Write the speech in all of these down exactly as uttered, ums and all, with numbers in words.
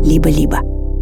«Либо-либо».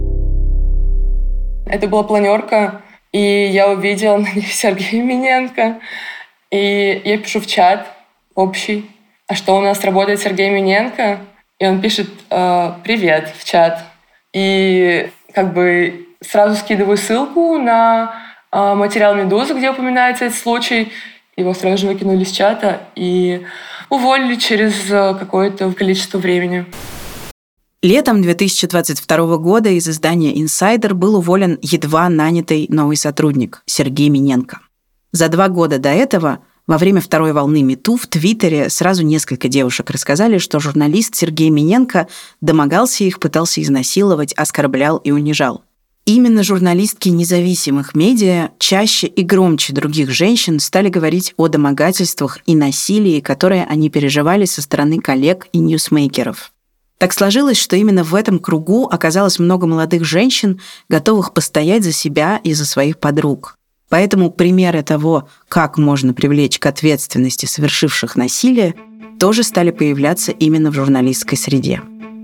Это была планерка, и я увидела на ней Сергея Миненко. И я пишу в чат общий, а что у нас работает Сергей Миненко? И он пишет э, «Привет» в чат. И как бы сразу скидываю ссылку на э, материал «Медузы», где упоминается этот случай. Его сразу же выкинули из чата и уволили через какое-то количество времени. Летом две тысячи двадцать второго года из издания «Инсайдер» был уволен едва нанятый новый сотрудник Сергей Миненко. За два года до этого, во время второй волны МeToo, в Твиттере сразу несколько девушек рассказали, что журналист Сергей Миненко домогался их, пытался изнасиловать, оскорблял и унижал. Именно журналистки независимых медиа чаще и громче других женщин стали говорить о домогательствах и насилии, которые они переживали со стороны коллег и ньюсмейкеров. Так сложилось, что именно в этом кругу оказалось много молодых женщин, готовых постоять за себя и за своих подруг. Поэтому примеры того, как можно привлечь к ответственности совершивших насилие, тоже стали появляться именно в журналистской среде.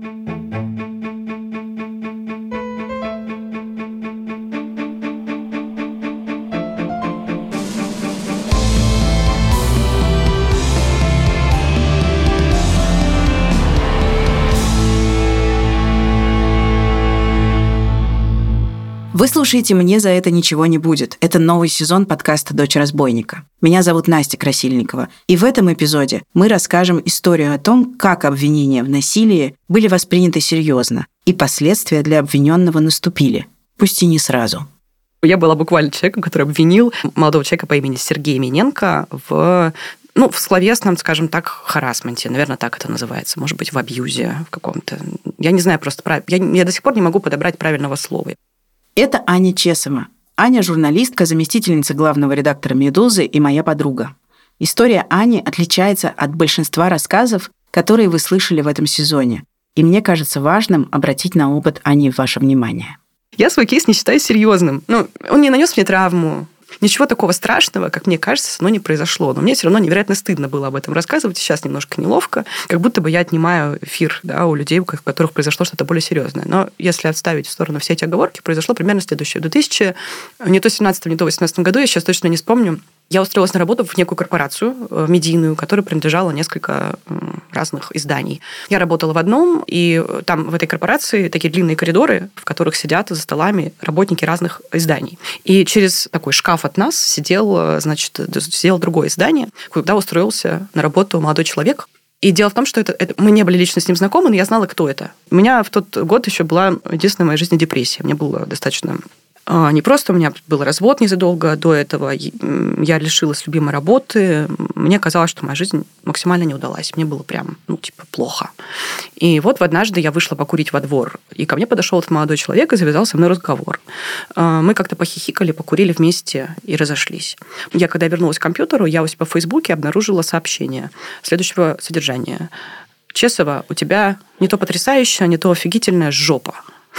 Вы слушаете «Мне за это ничего не будет». Это новый сезон подкаста «Дочь разбойника». Меня зовут Настя Красильникова. И в этом эпизоде мы расскажем историю о том, как обвинения в насилии были восприняты серьезно, и последствия для обвиненного наступили, пусть и не сразу. Я была буквально человеком, который обвинил молодого человека по имени Сергей Миненко в... Ну, в словесном, скажем так, харассменте, наверное, так это называется, может быть, в абьюзе в каком-то. Я не знаю просто... Прав... Я, я до сих пор не могу подобрать правильного слова. Это Аня Чесова. Аня – журналистка, заместительница главного редактора «Медузы» и моя подруга. История Ани отличается от большинства рассказов, которые вы слышали в этом сезоне. И мне кажется важным обратить на опыт Ани ваше внимание. Я свой кейс не считаю серьезным. Ну, он не нанес мне травму. Ничего такого страшного, как мне кажется, со мной не произошло. Но мне все равно невероятно стыдно было об этом рассказывать. Сейчас немножко неловко. Как будто бы я отнимаю эфир, да, у людей, у которых произошло что-то более серьезное. Но если отставить в сторону все эти оговорки, произошло примерно следующее. В две тысячи, не то семнадцатом, не то восемнадцатом году, я сейчас точно не вспомню, я устроилась на работу в некую корпорацию медийную, которая принадлежала несколько разных изданий. Я работала в одном, и там в этой корпорации такие длинные коридоры, в которых сидят за столами работники разных изданий. И через такой шкаф от нас сидел, значит, сидел другое издание, куда устроился на работу молодой человек. И дело в том, что это, это, мы не были лично с ним знакомы, но я знала, кто это. У меня в тот год еще была единственная в моей жизни депрессия. Мне было достаточно... Не просто у меня был развод незадолго до этого, я лишилась любимой работы, мне казалось, что моя жизнь максимально не удалась, мне было прям, ну, типа, плохо. И вот однажды я вышла покурить во двор, и ко мне подошел этот молодой человек и завязал со мной разговор. Мы как-то похихикали, покурили вместе и разошлись. Я, когда вернулась к компьютеру, я у себя в Фейсбуке обнаружила сообщение следующего содержания. «Чесова, у тебя не то потрясающая, не то офигительная жопа».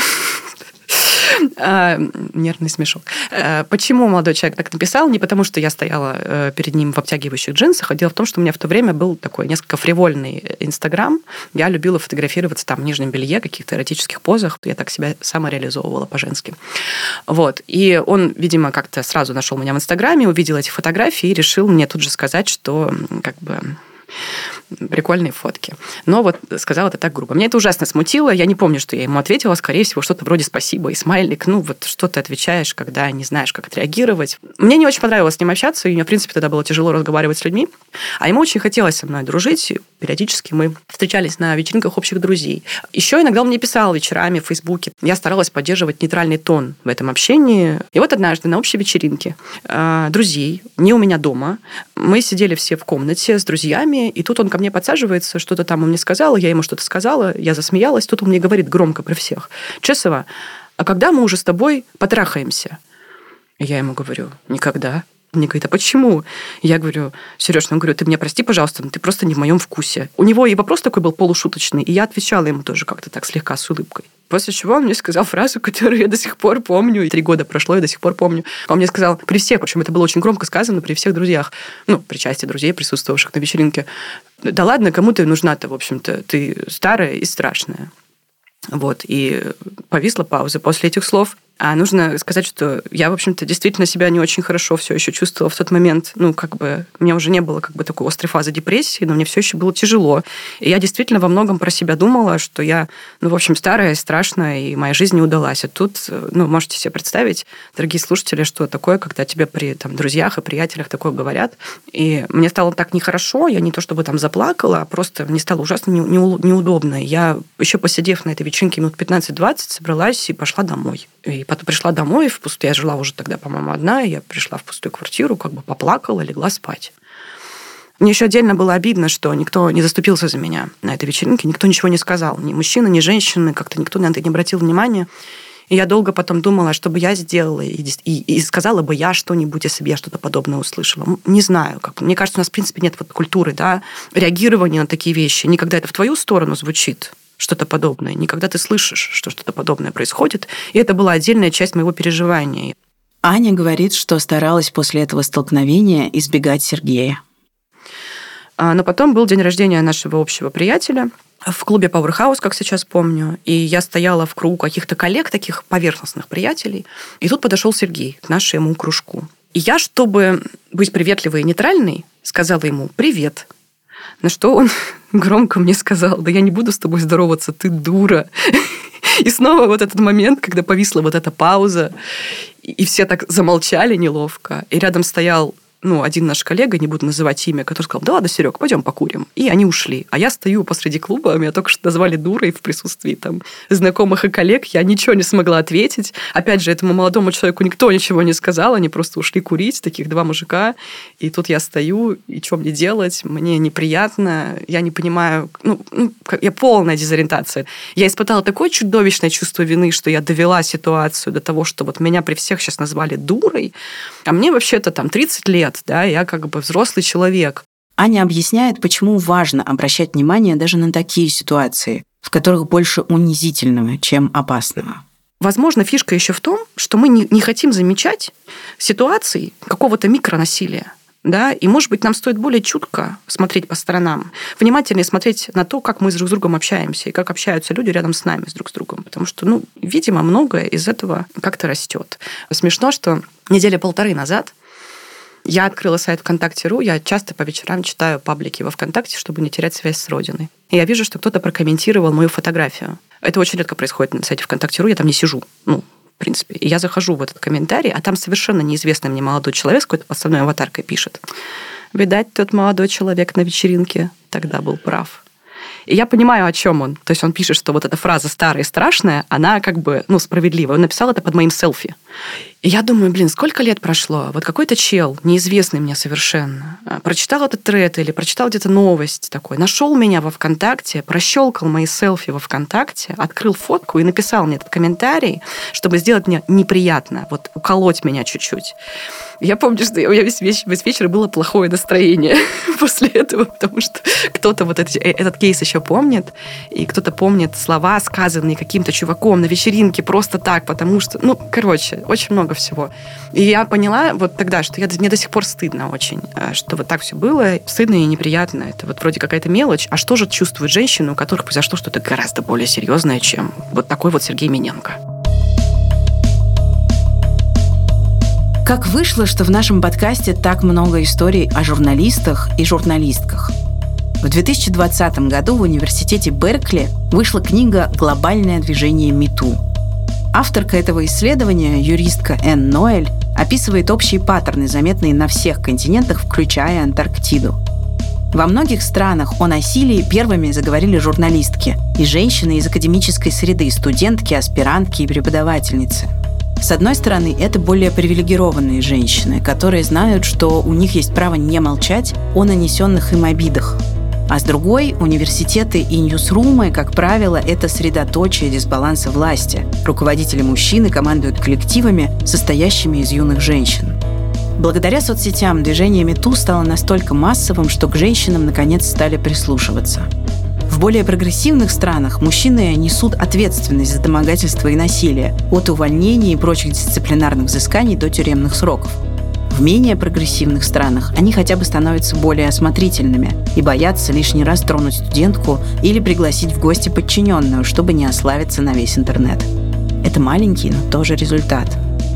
Нервный смешок. Почему молодой человек так написал? Не потому, что я стояла перед ним в обтягивающих джинсах, а дело в том, что у меня в то время был такой несколько фривольный Инстаграм. Я любила фотографироваться там в нижнем белье, каких-то эротических позах. Я так себя самореализовывала по-женски. Вот. И он, видимо, как-то сразу нашел меня в Инстаграме, увидел эти фотографии и решил мне тут же сказать, что как бы... прикольные фотки. Но вот сказала это так грубо. Меня это ужасно смутило. Я не помню, что я ему ответила. Скорее всего, что-то вроде «спасибо» и смайлик. Ну, вот что ты отвечаешь, когда не знаешь, как отреагировать. Мне не очень понравилось с ним общаться, и мне, в принципе, тогда было тяжело разговаривать с людьми. А ему очень хотелось со мной дружить. Периодически мы встречались на вечеринках общих друзей. Еще иногда он мне писал вечерами в Фейсбуке. Я старалась поддерживать нейтральный тон в этом общении. И вот однажды на общей вечеринке друзей, не у меня дома, мы сидели все в комнате с друзьями, и тут он ко мне подсаживается, что-то там он мне сказал, я ему что-то сказала, я засмеялась, тут он мне говорит громко при всех: «Чесова, а когда мы уже с тобой потрахаемся?» Я ему говорю: «Никогда». Мне говорит: «А почему?» Я говорю: «Сереж, ну, говорю, ты меня прости, пожалуйста, но ты просто не в моем вкусе». У него и вопрос такой был полушуточный, и я отвечала ему тоже как-то так слегка с улыбкой. После чего он мне сказал фразу, которую я до сих пор помню, и три года прошло, я до сих пор помню. Он мне сказал при всех, причем это было очень громко сказано, при всех друзьях, ну, при части друзей, присутствовавших на вечеринке: «Да ладно, кому ты нужна-то, в общем-то, ты старая и страшная». Вот, и повисла пауза после этих слов. А нужно сказать, что я, в общем-то, действительно себя не очень хорошо все еще чувствовала в тот момент. Ну, как бы, у меня уже не было как бы такой острой фазы депрессии, но мне все еще было тяжело. И я действительно во многом про себя думала, что я, ну, в общем, старая, страшная, и моя жизнь не удалась. А тут, ну, можете себе представить, дорогие слушатели, что такое, когда тебе при там, друзьях и приятелях такое говорят. И мне стало так нехорошо, я не то чтобы там заплакала, а просто мне стало ужасно неудобно. Я, еще посидев на этой вечеринке минут пятнадцать-двадцать, собралась и пошла домой. И потом пришла домой, в пустую, я жила уже тогда, по-моему, одна, и я пришла в пустую квартиру, как бы поплакала, легла спать. Мне еще отдельно было обидно, что никто не заступился за меня на этой вечеринке, никто ничего не сказал, ни мужчина, ни женщина, как-то никто на это не обратил внимания. И я долго потом думала, что бы я сделала, и, и, и сказала бы я что-нибудь, если бы я что-то подобное услышала. Не знаю. Как, мне кажется, у нас, в принципе, нет вот культуры, да, реагирования на такие вещи. Никогда это в твою сторону звучит, что-то подобное, не когда ты слышишь, что что-то подобное происходит. И это была отдельная часть моего переживания. Аня говорит, что старалась после этого столкновения избегать Сергея. Но потом был день рождения нашего общего приятеля в клубе Powerhouse, как сейчас помню. И я стояла в кругу каких-то коллег, таких поверхностных приятелей. И тут подошел Сергей к нашему кружку. И я, чтобы быть приветливой и нейтральной, сказала ему «Привет». На что он громко мне сказал: да я не буду с тобой здороваться, ты дура. И снова вот этот момент, когда повисла вот эта пауза, и все так замолчали неловко, и рядом стоял ну, один наш коллега, не буду называть имя, который сказал: да ладно, Серег, пойдем покурим. И они ушли. А я стою посреди клуба, меня только что назвали дурой в присутствии там знакомых и коллег. Я ничего не смогла ответить. Опять же, этому молодому человеку никто ничего не сказал. Они просто ушли курить, таких два мужика. И тут я стою, и что мне делать? Мне неприятно. Я не понимаю. Ну, ну я полная дезориентация. Я испытала такое чудовищное чувство вины, что я довела ситуацию до того, что вот меня при всех сейчас назвали дурой. А мне вообще-то там тридцать лет. Да, я как бы взрослый человек. Аня объясняет, почему важно обращать внимание даже на такие ситуации, в которых больше унизительного, чем опасного. Возможно, фишка еще в том, что мы не, не хотим замечать ситуации какого-то микронасилия. Да? И, может быть, нам стоит более чутко смотреть по сторонам, внимательнее смотреть на то, как мы друг с другом общаемся, и как общаются люди рядом с нами, с друг с другом. Потому что, ну, видимо, многое из этого как-то растет. Смешно, что недели полторы назад я открыла сайт ВКонтакте точка ру, я часто по вечерам читаю паблики во ВКонтакте, чтобы не терять связь с Родиной. И я вижу, что кто-то прокомментировал мою фотографию. Это очень редко происходит на сайте ВКонтакте точка ру, я там не сижу, ну, в принципе. И я захожу в этот комментарий, а там совершенно неизвестный мне молодой человек с какой-то подставной аватаркой пишет: видать, тот молодой человек на вечеринке тогда был прав. И я понимаю, о чем он. То есть он пишет, что вот эта фраза «старая и страшная», она как бы, ну, справедливая. Он написал это под моим селфи. И я думаю, блин, сколько лет прошло? Вот какой-то чел, неизвестный мне совершенно, прочитал этот тред или прочитал где-то новость такой, нашел меня во ВКонтакте, прощелкал мои селфи во ВКонтакте, открыл фотку и написал мне этот комментарий, чтобы сделать мне неприятно, вот уколоть меня чуть-чуть. Я помню, что у меня весь вечер, весь вечер было плохое настроение после этого, потому что кто-то вот этот, этот кейс еще помнит, и кто-то помнит слова, сказанные каким-то чуваком на вечеринке просто так, потому что, ну, короче, очень много всего. И я поняла вот тогда, что я, мне до сих пор стыдно очень, что вот так все было. Стыдно и неприятно. Это вот вроде какая-то мелочь. А что же чувствует женщина, у которых произошло что-то гораздо более серьезное, чем вот такой вот Сергей Миненко? Как вышло, что в нашем подкасте так много историй о журналистах и журналистках? В две тысячи двадцатом году в университете Беркли вышла книга «Глобальное движение МИТУ». Авторка этого исследования, юристка Энн Ноэль, описывает общие паттерны, заметные на всех континентах, включая Антарктиду. Во многих странах о насилии первыми заговорили журналистки и женщины из академической среды, студентки, аспирантки и преподавательницы. С одной стороны, это более привилегированные женщины, которые знают, что у них есть право не молчать о нанесенных им обидах. А с другой, университеты и ньюсрумы, как правило, это средоточие дисбаланса власти. Руководители мужчины командуют коллективами, состоящими из юных женщин. Благодаря соцсетям движение МИТУ стало настолько массовым, что к женщинам наконец стали прислушиваться. В более прогрессивных странах мужчины несут ответственность за домогательство и насилие, от увольнений и прочих дисциплинарных взысканий до тюремных сроков. В менее прогрессивных странах они хотя бы становятся более осмотрительными и боятся лишний раз тронуть студентку или пригласить в гости подчиненную, чтобы не ославиться на весь интернет. Это маленький, но тоже результат.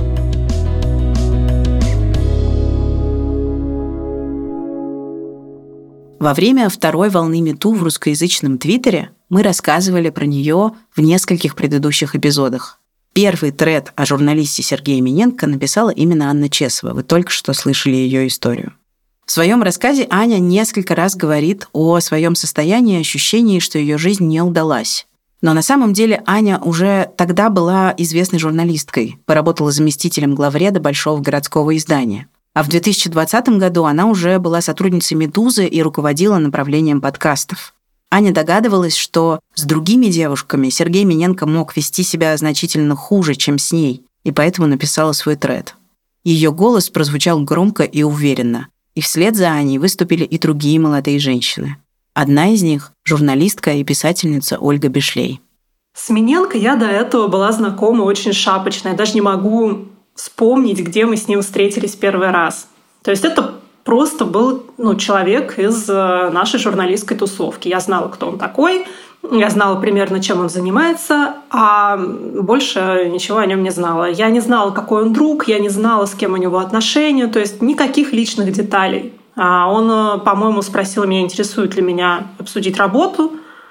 Во время второй волны МeToo в русскоязычном Твиттере мы рассказывали про нее в нескольких предыдущих эпизодах. Первый тред о журналисте Сергее Миненко написала именно Анна Чесова. Вы только что слышали ее историю. В своем рассказе Аня несколько раз говорит о своем состоянии и ощущении, что ее жизнь не удалась. Но на самом деле Аня уже тогда была известной журналисткой, поработала заместителем главреда большого городского издания. А в две тысячи двадцатом году она уже была сотрудницей «Медузы» и руководила направлением подкастов. Аня догадывалась, что с другими девушками Сергей Миненко мог вести себя значительно хуже, чем с ней, и поэтому написала свой тред. Ее голос прозвучал громко и уверенно, и вслед за Аней выступили и другие молодые женщины. Одна из них – журналистка и писательница Ольга Бишлей. С Миненко я до этого была знакома очень шапочно. Я даже не могу вспомнить, где мы с ним встретились первый раз. То есть это просто был ну, человек из нашей журналистской тусовки. Я знала, кто он такой, я знала примерно, чем он занимается, а больше ничего о нем не знала. Я не знала, какой он друг, я не знала, с кем у него отношения, то есть никаких личных деталей. Он, по-моему, спросил меня, интересует ли меня обсудить работу.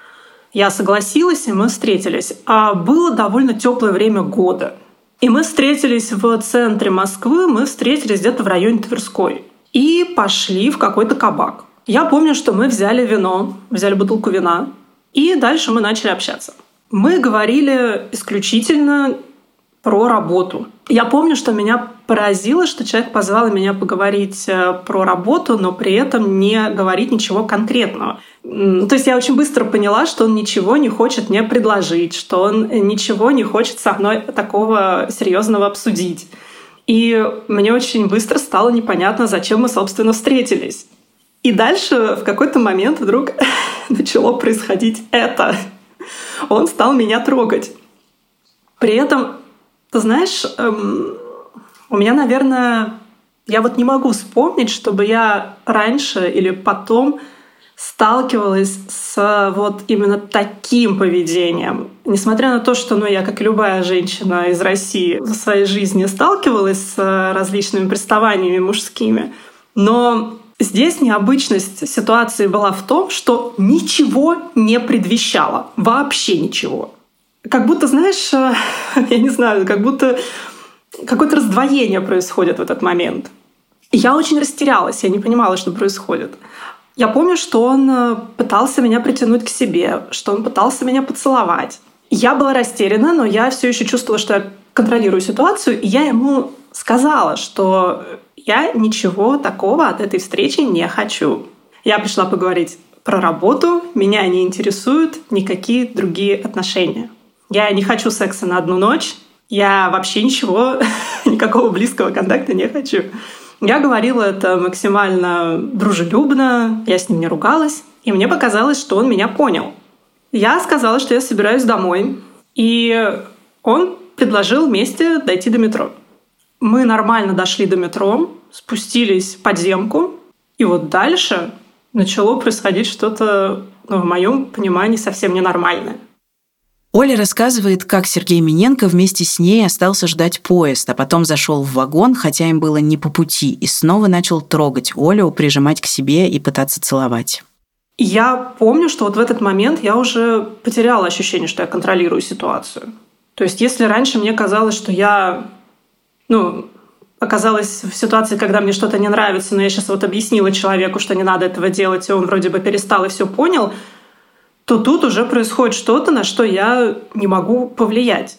Я согласилась, и мы встретились. А было довольно теплое время года. И мы встретились в центре Москвы, мы встретились где-то в районе Тверской. И пошли в какой-то кабак. Я помню, что мы взяли вино, взяли бутылку вина, и дальше мы начали общаться. Мы говорили исключительно про работу. Я помню, что меня поразило, что человек позвал меня поговорить про работу, но при этом не говорить ничего конкретного. То есть я очень быстро поняла, что он ничего не хочет мне предложить, что он ничего не хочет со мной такого серьезного обсудить. И мне очень быстро стало непонятно, зачем мы, собственно, встретились. И дальше в какой-то момент вдруг начало происходить это. Он стал меня трогать. При этом, ты знаешь, эм, у меня, наверное, я вот не могу вспомнить, чтобы я раньше или потом сталкивалась с вот именно таким поведением. Несмотря на то, что ну, я, как и любая женщина из России, в своей жизни сталкивалась с различными приставаниями мужскими, но здесь необычность ситуации была в том, что ничего не предвещало. Вообще ничего. Как будто, знаешь, я не знаю, как будто какое-то раздвоение происходит в этот момент. И я очень растерялась, я не понимала, что происходит. Я помню, что он пытался меня притянуть к себе, что он пытался меня поцеловать. Я была растеряна, но я все еще чувствовала, что я контролирую ситуацию, и я ему сказала, что я ничего такого от этой встречи не хочу. Я пришла поговорить про работу, меня не интересуют никакие другие отношения. Я не хочу секса на одну ночь, я вообще ничего, никакого близкого контакта не хочу. Я говорила это максимально дружелюбно, я с ним не ругалась, и мне показалось, что он меня понял. Я сказала, что я собираюсь домой, и он предложил вместе дойти до метро. Мы нормально дошли до метро, спустились в подземку, и вот дальше начало происходить что-то, ну, в моем понимании, совсем ненормальное. Оля рассказывает, как Сергей Миненко вместе с ней остался ждать поезд, а потом зашел в вагон, хотя им было не по пути, и снова начал трогать Олю, прижимать к себе и пытаться целовать. Я помню, что вот в этот момент я уже потеряла ощущение, что я контролирую ситуацию. То есть если раньше мне казалось, что я ну, оказалась в ситуации, когда мне что-то не нравится, но я сейчас вот объяснила человеку, что не надо этого делать, и он вроде бы перестал и все понял, то тут уже происходит что-то, на что я не могу повлиять.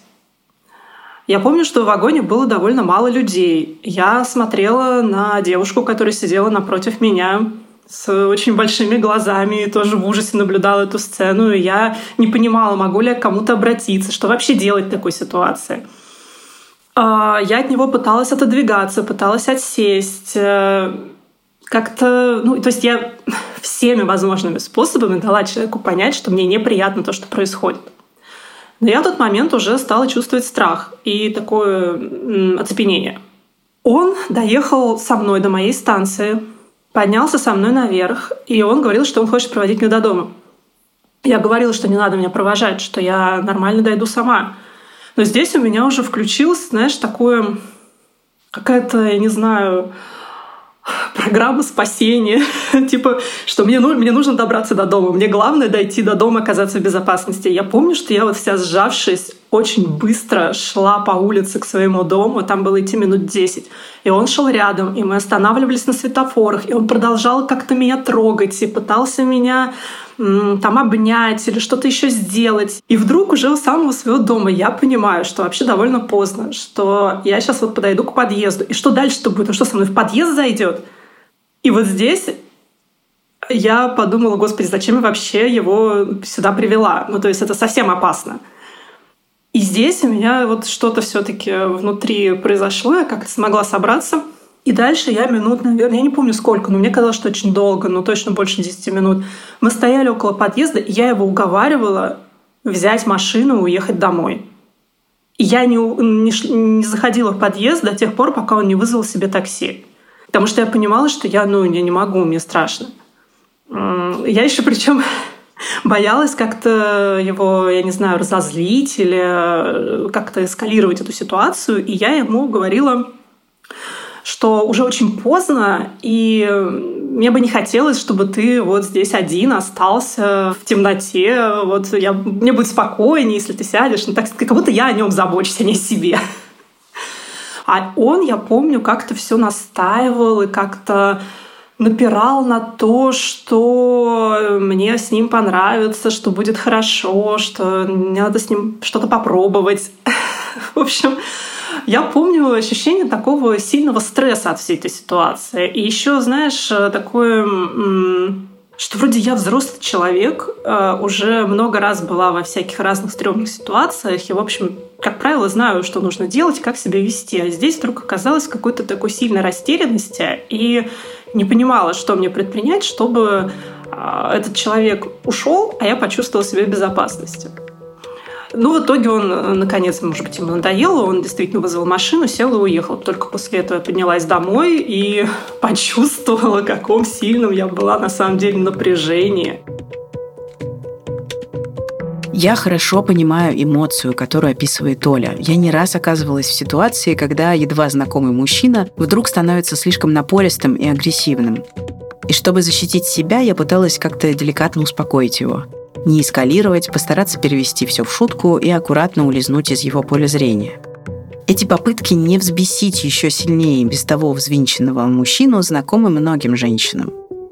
Я помню, что в вагоне было довольно мало людей. Я смотрела на девушку, которая сидела напротив меня с очень большими глазами и тоже в ужасе наблюдала эту сцену. И я не понимала, могу ли я к кому-то обратиться, что вообще делать в такой ситуации. Я от него пыталась отодвигаться, пыталась отсесть. Как-то, ну, то есть я всеми возможными способами дала человеку понять, что мне неприятно то, что происходит. Но я в тот момент уже стала чувствовать страх и такое м, оцепенение. Он доехал со мной до моей станции, поднялся со мной наверх, и он говорил, что он хочет проводить меня до дома. Я говорила, что не надо меня провожать, что я нормально дойду сама. Но здесь у меня уже включилось, знаешь, такое... какая-то, я не знаю, программа спасения. Типа, что мне, ну, мне нужно добраться до дома. Мне главное дойти до дома, оказаться в безопасности. Я помню, что я вот вся сжавшись, очень быстро шла по улице к своему дому. Там было идти минут десять. И он шел рядом, и мы останавливались на светофорах. И он продолжал как-то меня трогать и пытался меня там обнять или что-то еще сделать. И вдруг уже у самого своего дома я понимаю, что вообще довольно поздно, что я сейчас вот подойду к подъезду. И что дальше-то будет? Он что, со мной в подъезд зайдет? И вот здесь я подумала, господи, зачем я вообще его сюда привела? Ну, то есть это совсем опасно. И здесь у меня вот что-то все-таки внутри произошло, я как-то смогла собраться. И дальше я минут, наверное, я не помню сколько, но мне казалось, что очень долго, но точно больше десяти минут. Мы стояли около подъезда, и я его уговаривала взять машину и уехать домой. И я не, не, не заходила в подъезд до тех пор, пока он не вызвал себе такси. Потому что я понимала, что я, ну, я не могу, мне страшно. Я еще причем боялась как-то его, я не знаю, разозлить или как-то эскалировать эту ситуацию. И я ему говорила, что уже очень поздно, и мне бы не хотелось, чтобы ты вот здесь один остался в темноте. Вот я, мне будет спокойнее, если ты сядешь. Ну, так, как будто я о нем забочусь, а не о себе. А он, я помню, как-то все настаивал и как-то напирал на то, что мне с ним понравится, что будет хорошо, что надо с ним что-то попробовать. В общем, я помню ощущение такого сильного стресса от всей этой ситуации. И еще, знаешь, такое, что вроде я взрослый человек, уже много раз была во всяких разных стрёмных ситуациях, и, в общем, как правило, знаю, что нужно делать, как себя вести. А здесь вдруг оказалось в какой-то такой сильной растерянности, и не понимала, что мне предпринять, чтобы этот человек ушел, а я почувствовала себя в безопасности. Ну, в итоге он, наконец, может быть, ему надоело, он действительно вызвал машину, сел и уехал. Только после этого я поднялась домой и почувствовала, каком сильном я была на самом деле напряжении. Я хорошо понимаю эмоцию, которую описывает Оля. Я не раз оказывалась в ситуации, когда едва знакомый мужчина вдруг становится слишком напористым и агрессивным. И чтобы защитить себя, я пыталась как-то деликатно успокоить его. Не эскалировать, постараться перевести все в шутку и аккуратно улизнуть из его поля зрения. Эти попытки не взбесить еще сильнее без того взвинченного мужчину знакомы многим женщинам.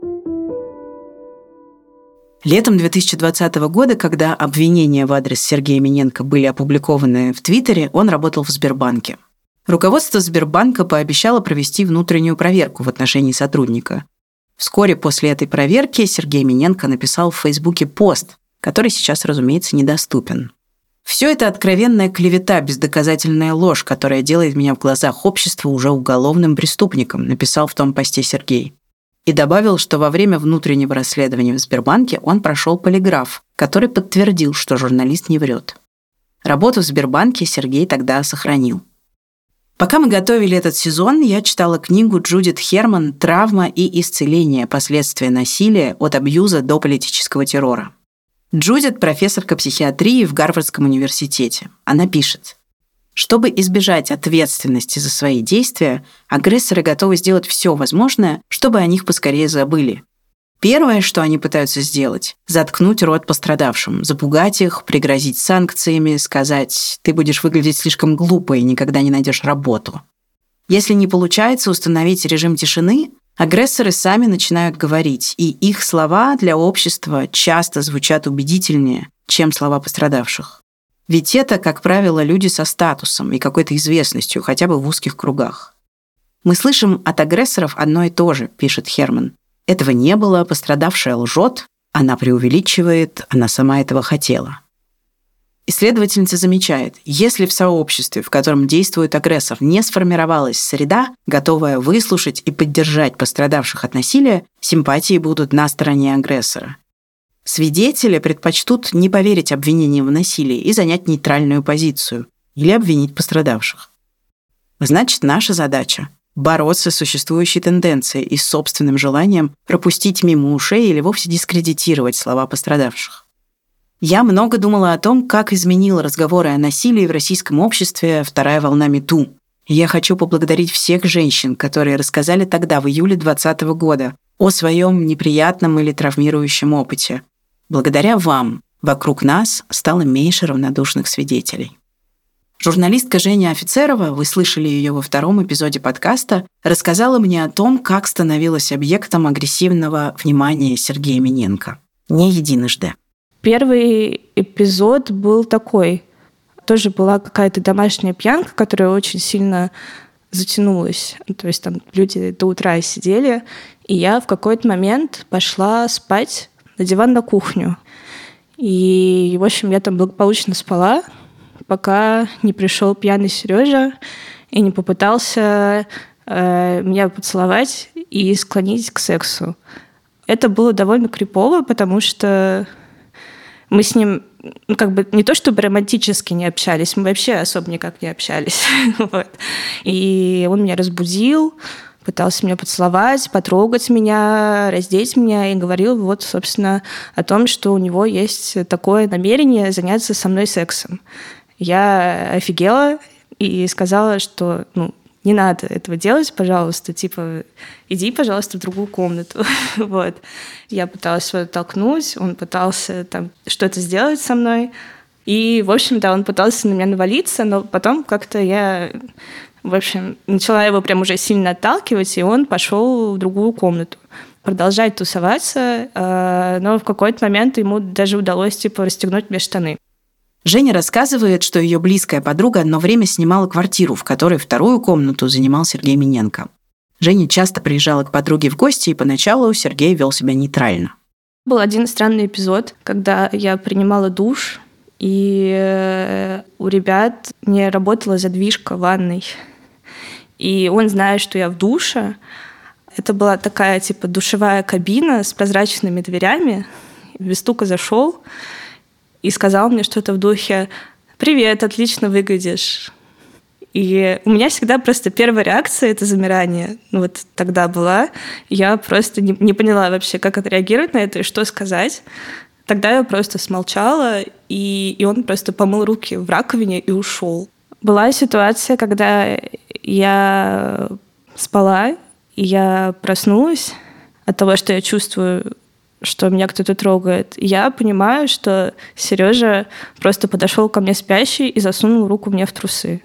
Летом две тысячи двадцатого года, когда обвинения в адрес Сергея Миненко были опубликованы в Твиттере, он работал в Сбербанке. Руководство Сбербанка пообещало провести внутреннюю проверку в отношении сотрудника. Вскоре после этой проверки Сергей Миненко написал в Фейсбуке пост, который сейчас, разумеется, недоступен. «Все это откровенная клевета, бездоказательная ложь, которая делает меня в глазах общества уже уголовным преступником», написал в том посте Сергей. И добавил, что во время внутреннего расследования в Сбербанке он прошел полиграф, который подтвердил, что журналист не врет. Работу в Сбербанке Сергей тогда сохранил. Пока мы готовили этот сезон, я читала книгу Джудит Херман «Травма и исцеление. Последствия насилия от абьюза до политического террора». Джудит – профессорка психиатрии в Гарвардском университете. Она пишет: чтобы избежать ответственности за свои действия, агрессоры готовы сделать все возможное, чтобы о них поскорее забыли. Первое, что они пытаются сделать – заткнуть рот пострадавшим, запугать их, пригрозить санкциями, сказать: «ты будешь выглядеть слишком глупо и никогда не найдешь работу». Если не получается установить режим тишины, агрессоры сами начинают говорить, и их слова для общества часто звучат убедительнее, чем слова пострадавших. Ведь это, как правило, люди со статусом и какой-то известностью, хотя бы в узких кругах. «Мы слышим от агрессоров одно и то же», – пишет Херман. «Этого не было, пострадавшая лжет, она преувеличивает, она сама этого хотела». Исследовательница замечает, если в сообществе, в котором действует агрессор, не сформировалась среда, готовая выслушать и поддержать пострадавших от насилия, симпатии будут на стороне агрессора. Свидетели предпочтут не поверить обвинениям в насилии и занять нейтральную позицию или обвинить пострадавших. Значит, наша задача бороться с существующей тенденцией и с собственным желанием пропустить мимо ушей или вовсе дискредитировать слова пострадавших. Я много думала о том, как изменила разговоры о насилии в российском обществе вторая волна МeToo. И я хочу поблагодарить всех женщин, которые рассказали тогда, в июле двадцатого года, о своем неприятном или травмирующем опыте. Благодаря вам вокруг нас стало меньше равнодушных свидетелей. Журналистка Женя Офицерова, вы слышали ее во втором эпизоде подкаста, рассказала мне о том, как становилась объектом агрессивного внимания Сергея Миненко. Не единожды. Первый эпизод был такой. Тоже была какая-то домашняя пьянка, которая очень сильно затянулась. То есть там люди до утра сидели, и я в какой-то момент пошла спать на диван на кухню. И, в общем, я там благополучно спала, пока не пришел пьяный Сережа и не попытался э, меня поцеловать и склонить к сексу. Это было довольно крипово, потому что мы с ним, ну, как бы не то чтобы романтически не общались, мы вообще особо никак не общались. Вот. И он меня разбудил, пытался меня поцеловать, потрогать меня, раздеть меня и говорил вот, собственно, о том, что у него есть такое намерение заняться со мной сексом. Я офигела и сказала, что ну, не надо этого делать, пожалуйста, типа, иди, пожалуйста, в другую комнату. Вот. Я пыталась его толкнуть, он пытался там что-то сделать со мной. И, в общем-то, он пытался на меня навалиться, но потом как-то я, в общем, начала его прям уже сильно отталкивать, и он пошел в другую комнату продолжать тусоваться, но в какой-то момент ему даже удалось, типа, расстегнуть мне штаны. Женя рассказывает, что ее близкая подруга одно время снимала квартиру, в которой вторую комнату занимал Сергей Миненко. Женя часто приезжала к подруге в гости, и поначалу Сергей вел себя нейтрально. Был один странный эпизод, когда я принимала душ, и у ребят не работала задвижка в ванной. И он, зная, что я в душе, это была такая типа душевая кабина с прозрачными дверями, без стука зашел и сказал мне что-то в духе «Привет, отлично выглядишь». И у меня всегда просто первая реакция — это замирание. Ну, вот тогда была. Я просто не, не поняла вообще, как отреагировать на это и что сказать. Тогда я просто смолчала, и, и он просто помыл руки в раковине и ушел. Была ситуация, когда я спала, и я проснулась от того, что я чувствую, что меня кто-то трогает. Я понимаю, что Сережа просто подошел ко мне спящий и засунул руку мне в трусы.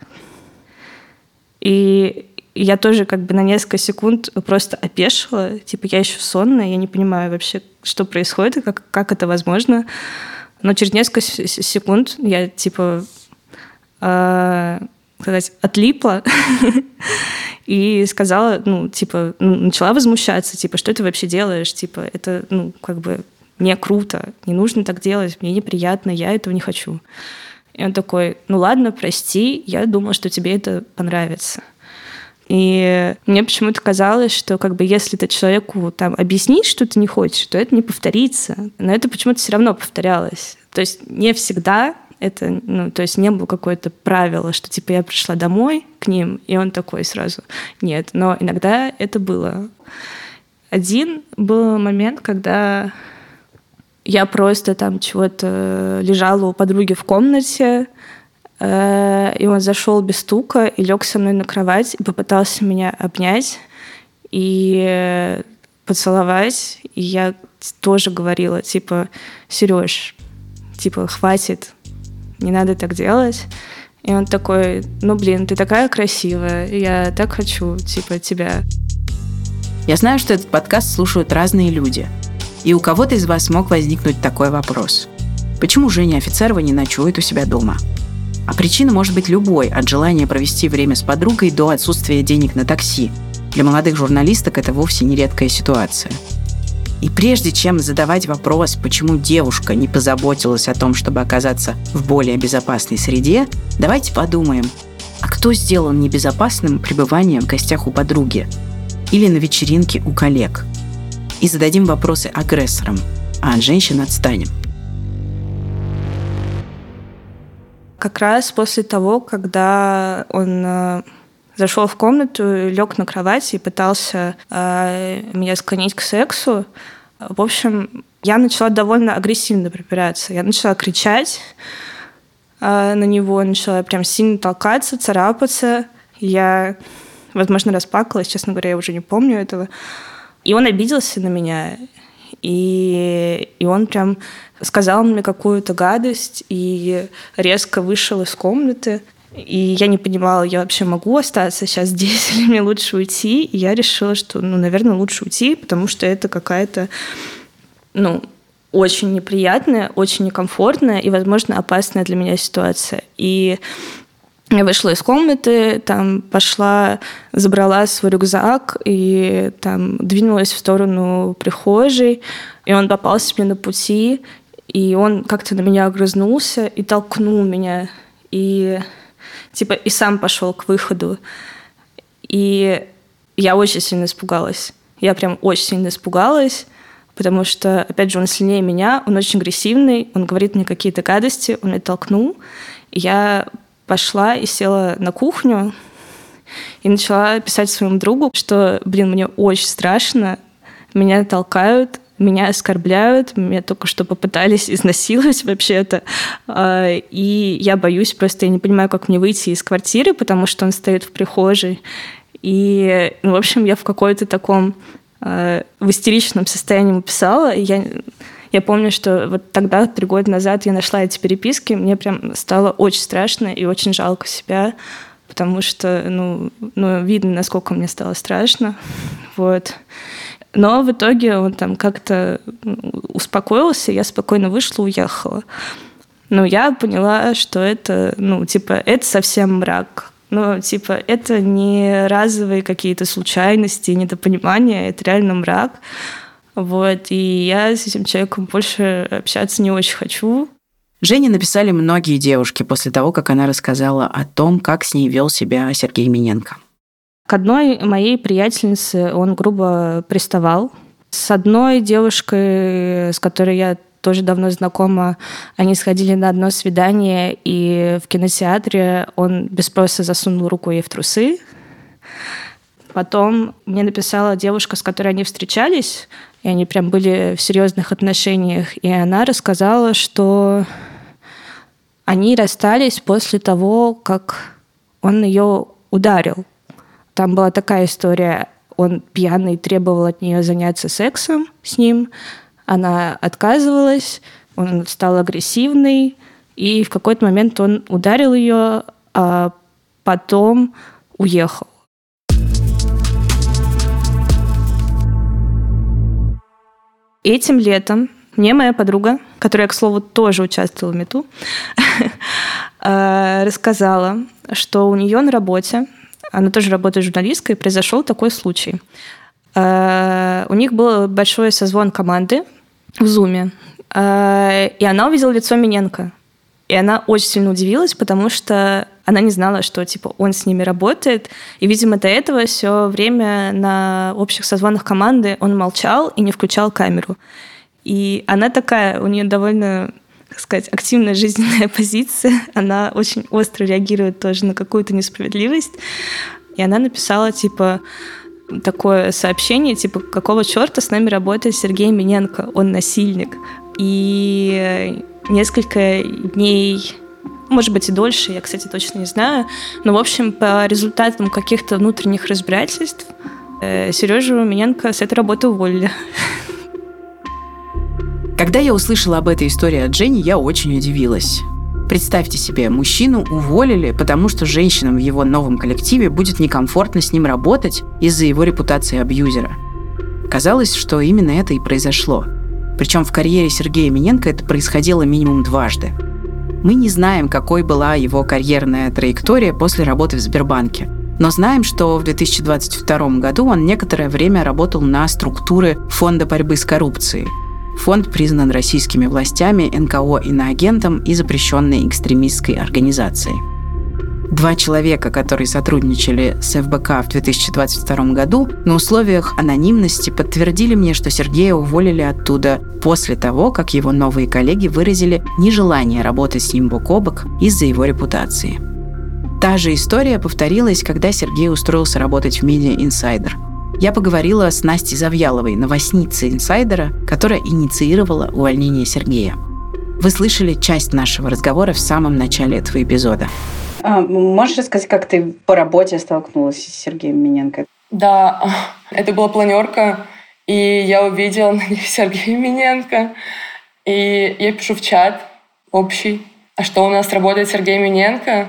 И я тоже как бы на несколько секунд просто опешила. Типа я еще сонная, я не понимаю вообще, что происходит и как, как это возможно. Но через несколько секунд я типа э, сказать, отлипла и сказала, ну, типа, ну, начала возмущаться, типа, что ты вообще делаешь? Типа, это, ну, как бы не круто, не нужно так делать, мне неприятно, я этого не хочу. И он такой, ну ладно, прости, я думала, что тебе это понравится. И мне почему-то казалось, что как бы если ты человеку там объяснишь, что ты не хочешь, то это не повторится. Но это почему-то все равно повторялось. То есть не всегда это, ну, то есть не было какое-то правило, что типа я пришла домой к ним, и он такой сразу. Нет, но иногда это было. Один был момент, когда я просто там чего-то лежала у подруги в комнате, и он зашел без стука и лег со мной на кровать и попытался меня обнять и поцеловать. И я тоже говорила, типа, Сереж, типа, хватит, не надо так делать. И он такой, ну, блин, ты такая красивая, я так хочу, типа, тебя. Я знаю, что этот подкаст слушают разные люди. И у кого-то из вас мог возникнуть такой вопрос. Почему Женя Офицерова не ночует у себя дома? А причина может быть любой, от желания провести время с подругой до отсутствия денег на такси. Для молодых журналисток это вовсе не редкая ситуация. И прежде чем задавать вопрос, почему девушка не позаботилась о том, чтобы оказаться в более безопасной среде, давайте подумаем, а кто сделал небезопасным пребывание в гостях у подруги или на вечеринке у коллег? И зададим вопросы агрессорам, а от женщин отстанем. Как раз после того, когда он зашел в комнату, лег на кровать и пытался э, меня склонить к сексу. В общем, я начала довольно агрессивно припираться. Я начала кричать э, на него, начала прям сильно толкаться, царапаться. Я, возможно, расплакалась, честно говоря, я уже не помню этого. И он обиделся на меня, и, и он прям сказал мне какую-то гадость и резко вышел из комнаты. И я не понимала, я вообще могу остаться сейчас здесь или мне лучше уйти. И я решила, что, ну, наверное, лучше уйти, потому что это какая-то, ну, очень неприятная, очень некомфортная и, возможно, опасная для меня ситуация. И я вышла из комнаты, там пошла, забрала свой рюкзак и там двинулась в сторону прихожей, и он попался мне на пути, и он как-то на меня огрызнулся и толкнул меня, и типа и сам пошел к выходу. И я очень сильно испугалась. Я прям очень сильно испугалась, потому что, опять же, он сильнее меня, он очень агрессивный, он говорит мне какие-то гадости, он меня толкнул. И я пошла и села на кухню и начала писать своему другу, что, блин, мне очень страшно, меня толкают, меня оскорбляют, меня только что попытались изнасиловать вообще-то, и я боюсь, просто я не понимаю, как мне выйти из квартиры, потому что он стоит в прихожей. И, ну, в общем, я в какой-то таком в истеричном состоянии ему писала, и я... Я помню, что вот тогда, три года назад, я нашла эти переписки, мне прям стало очень страшно и очень жалко себя, потому что, ну, ну видно, насколько мне стало страшно. Вот. Но в итоге он там как-то успокоился, я спокойно вышла, уехала. Но я поняла, что это, ну, типа, это совсем мрак. Ну, типа, это не разовые какие-то случайности, недопонимания, это реально мрак. Вот, и я с этим человеком больше общаться не очень хочу. Жене написали многие девушки после того, как она рассказала о том, как с ней вел себя Сергей Миненко. К одной моей приятельнице он грубо приставал. С одной девушкой, с которой я тоже давно знакома, они сходили на одно свидание, и в кинотеатре он без спроса засунул руку ей в трусы. Потом мне написала девушка, с которой они встречались, и они прям были в серьезных отношениях, и она рассказала, что они расстались после того, как он ее ударил. Там была такая история. Он пьяный требовал от нее заняться сексом с ним. Она отказывалась, он стал агрессивный, и в какой-то момент он ударил ее, а потом уехал. Этим летом мне моя подруга, которая, к слову, тоже участвовала в МИТУ, рассказала, что у нее на работе, она тоже работает журналисткой, произошел такой случай. У них был большой созвон команды в Зуме, и она увидела лицо Миненко. И она очень сильно удивилась, потому что она не знала, что типа он с ними работает. И, видимо, до этого все время на общих созвонах команды он молчал и не включал камеру. И она такая, у нее довольно, как сказать, активная жизненная позиция. Она очень остро реагирует тоже на какую-то несправедливость. И она написала, типа, такое сообщение, типа, какого черта с нами работает Сергей Миненко? Он насильник. И несколько дней, может быть, и дольше, я, кстати, точно не знаю, но, в общем, по результатам каких-то внутренних разбирательств э, Сережу Миненко с этой работы уволили. Когда я услышала об этой истории от Жени, я очень удивилась. Представьте себе, мужчину уволили, потому что женщинам в его новом коллективе будет некомфортно с ним работать из-за его репутации абьюзера. Казалось, что именно это и произошло. Причем в карьере Сергея Миненко это происходило минимум дважды. Мы не знаем, какой была его карьерная траектория после работы в Сбербанке, но знаем, что в две тысячи двадцать втором году он некоторое время работал на структуры Фонда борьбы с коррупцией. Фонд признан российскими властями эн ка о иноагентом и запрещенной экстремистской организацией. Два человека, которые сотрудничали с эф бэ ка в две тысячи двадцать втором году, на условиях анонимности подтвердили мне, что Сергея уволили оттуда после того, как его новые коллеги выразили нежелание работать с ним бок о бок из-за его репутации. Та же история повторилась, когда Сергей устроился работать в Media Insider. Я поговорила с Настей Завьяловой, новостницей «Инсайдера», которая инициировала увольнение Сергея. Вы слышали часть нашего разговора в самом начале этого эпизода. А, можешь рассказать, как ты по работе столкнулась с Сергеем Миненко? Да, это была планерка, и я увидела на ней Сергея Миненко. И я пишу в чат общий, а что у нас работает Сергей Миненко.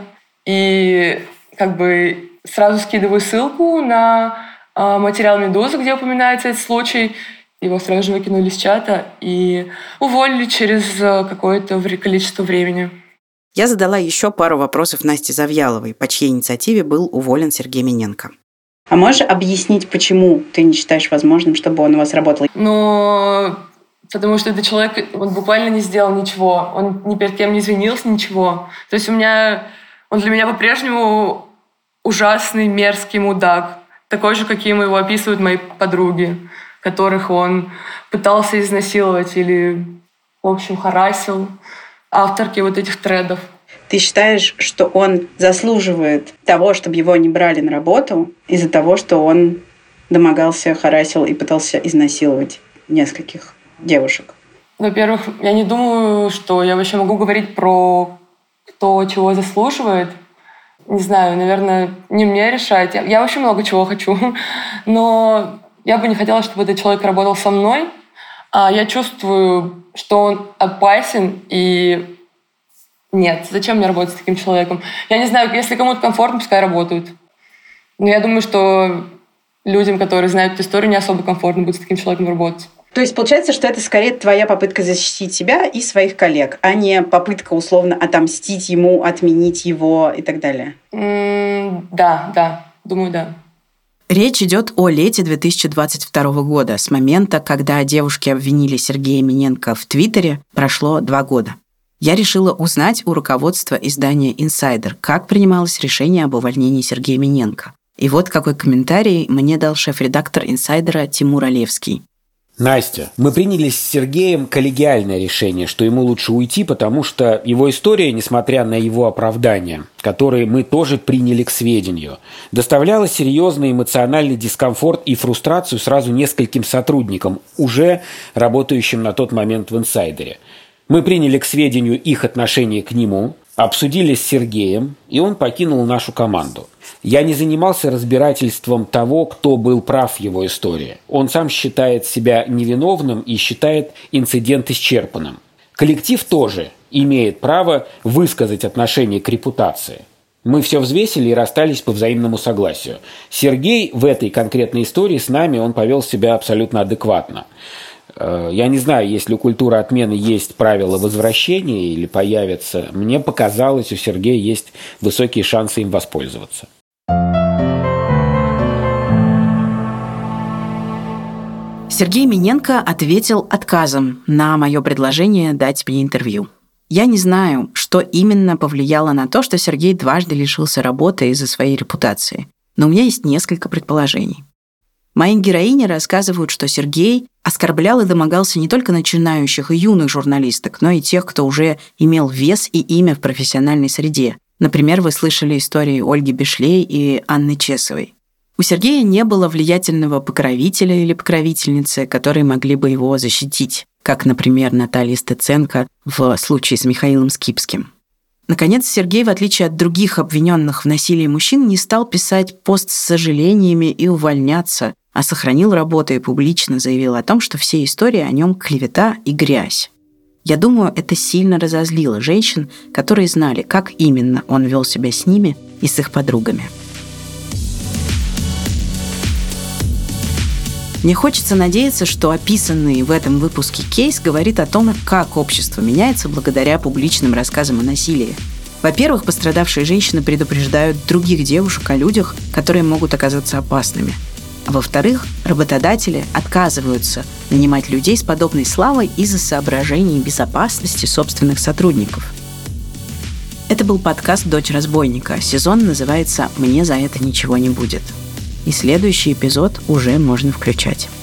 И как бы сразу скидываю ссылку на э, материал «Медузы», где упоминается этот случай. Его сразу же выкинули из чата и уволили через какое-то количество времени. Я задала еще пару вопросов Насте Завьяловой, по чьей инициативе был уволен Сергей Миненко. А можешь объяснить, почему ты не считаешь возможным, чтобы он у вас работал? Ну, потому что этот человек, он буквально не сделал ничего. Он ни перед кем не извинился, ничего. То есть у меня... Он для меня по-прежнему ужасный, мерзкий мудак. Такой же, каким его описывают мои подруги, которых он пытался изнасиловать или, в общем, харасил, авторки вот этих тредов. Ты считаешь, что он заслуживает того, чтобы его не брали на работу из-за того, что он домогался, харасил и пытался изнасиловать нескольких девушек? Во-первых, я не думаю, что я вообще могу говорить про кто чего заслуживает. Не знаю, наверное, не мне решать. Я, я очень много чего хочу, но я бы не хотела, чтобы этот человек работал со мной. А я чувствую, что он опасен, и нет, зачем мне работать с таким человеком? Я не знаю, если кому-то комфортно, пускай работают. Но я думаю, что людям, которые знают эту историю, не особо комфортно будет с таким человеком работать. То есть получается, что это скорее твоя попытка защитить себя и своих коллег, а не попытка условно отомстить ему, отменить его и так далее? Mm, да, да, думаю, да. Речь идет о лете две тысячи двадцать второго года. С момента, когда девушки обвинили Сергея Миненко в Твиттере, прошло два года. Я решила узнать у руководства издания «Инсайдер», как принималось решение об увольнении Сергея Миненко. И вот какой комментарий мне дал шеф-редактор «Инсайдера» Тимур Олевский. Настя, мы приняли с Сергеем коллегиальное решение, что ему лучше уйти, потому что его история, несмотря на его оправдания, которые мы тоже приняли к сведению, доставляла серьезный эмоциональный дискомфорт и фрустрацию сразу нескольким сотрудникам, уже работающим на тот момент в «Инсайдере». Мы приняли к сведению их отношение к нему, обсудили с Сергеем, и он покинул нашу команду. Я не занимался разбирательством того, кто был прав в его истории. Он сам считает себя невиновным и считает инцидент исчерпанным. Коллектив тоже имеет право высказать отношение к репутации. Мы все взвесили и расстались по взаимному согласию. Сергей в этой конкретной истории с нами, он повел себя абсолютно адекватно. Я не знаю, если у культуры отмены есть правила возвращения или появятся. Мне показалось, у Сергея есть высокие шансы им воспользоваться. Сергей Миненко ответил отказом на мое предложение дать мне интервью. Я не знаю, что именно повлияло на то, что Сергей дважды лишился работы из-за своей репутации, но у меня есть несколько предположений. Мои героини рассказывают, что Сергей оскорблял и домогался не только начинающих и юных журналисток, но и тех, кто уже имел вес и имя в профессиональной среде. Например, вы слышали истории Ольги Бешлей и Анны Чесовой. У Сергея не было влиятельного покровителя или покровительницы, которые могли бы его защитить, как, например, Наталья Стеценко в случае с Михаилом Скипским. Наконец, Сергей, в отличие от других обвиненных в насилии мужчин, не стал писать пост с сожалениями и увольняться, а сохранил работу и публично заявил о том, что все истории о нем клевета и грязь. Я думаю, это сильно разозлило женщин, которые знали, как именно он вел себя с ними и с их подругами. Мне хочется надеяться, что описанный в этом выпуске кейс говорит о том, как общество меняется благодаря публичным рассказам о насилии. Во-первых, пострадавшие женщины предупреждают других девушек о людях, которые могут оказаться опасными. А во-вторых, работодатели отказываются нанимать людей с подобной славой из-за соображений безопасности собственных сотрудников. Это был подкаст «Дочь разбойника». Сезон называется «Мне за это ничего не будет». И следующий эпизод уже можно включать.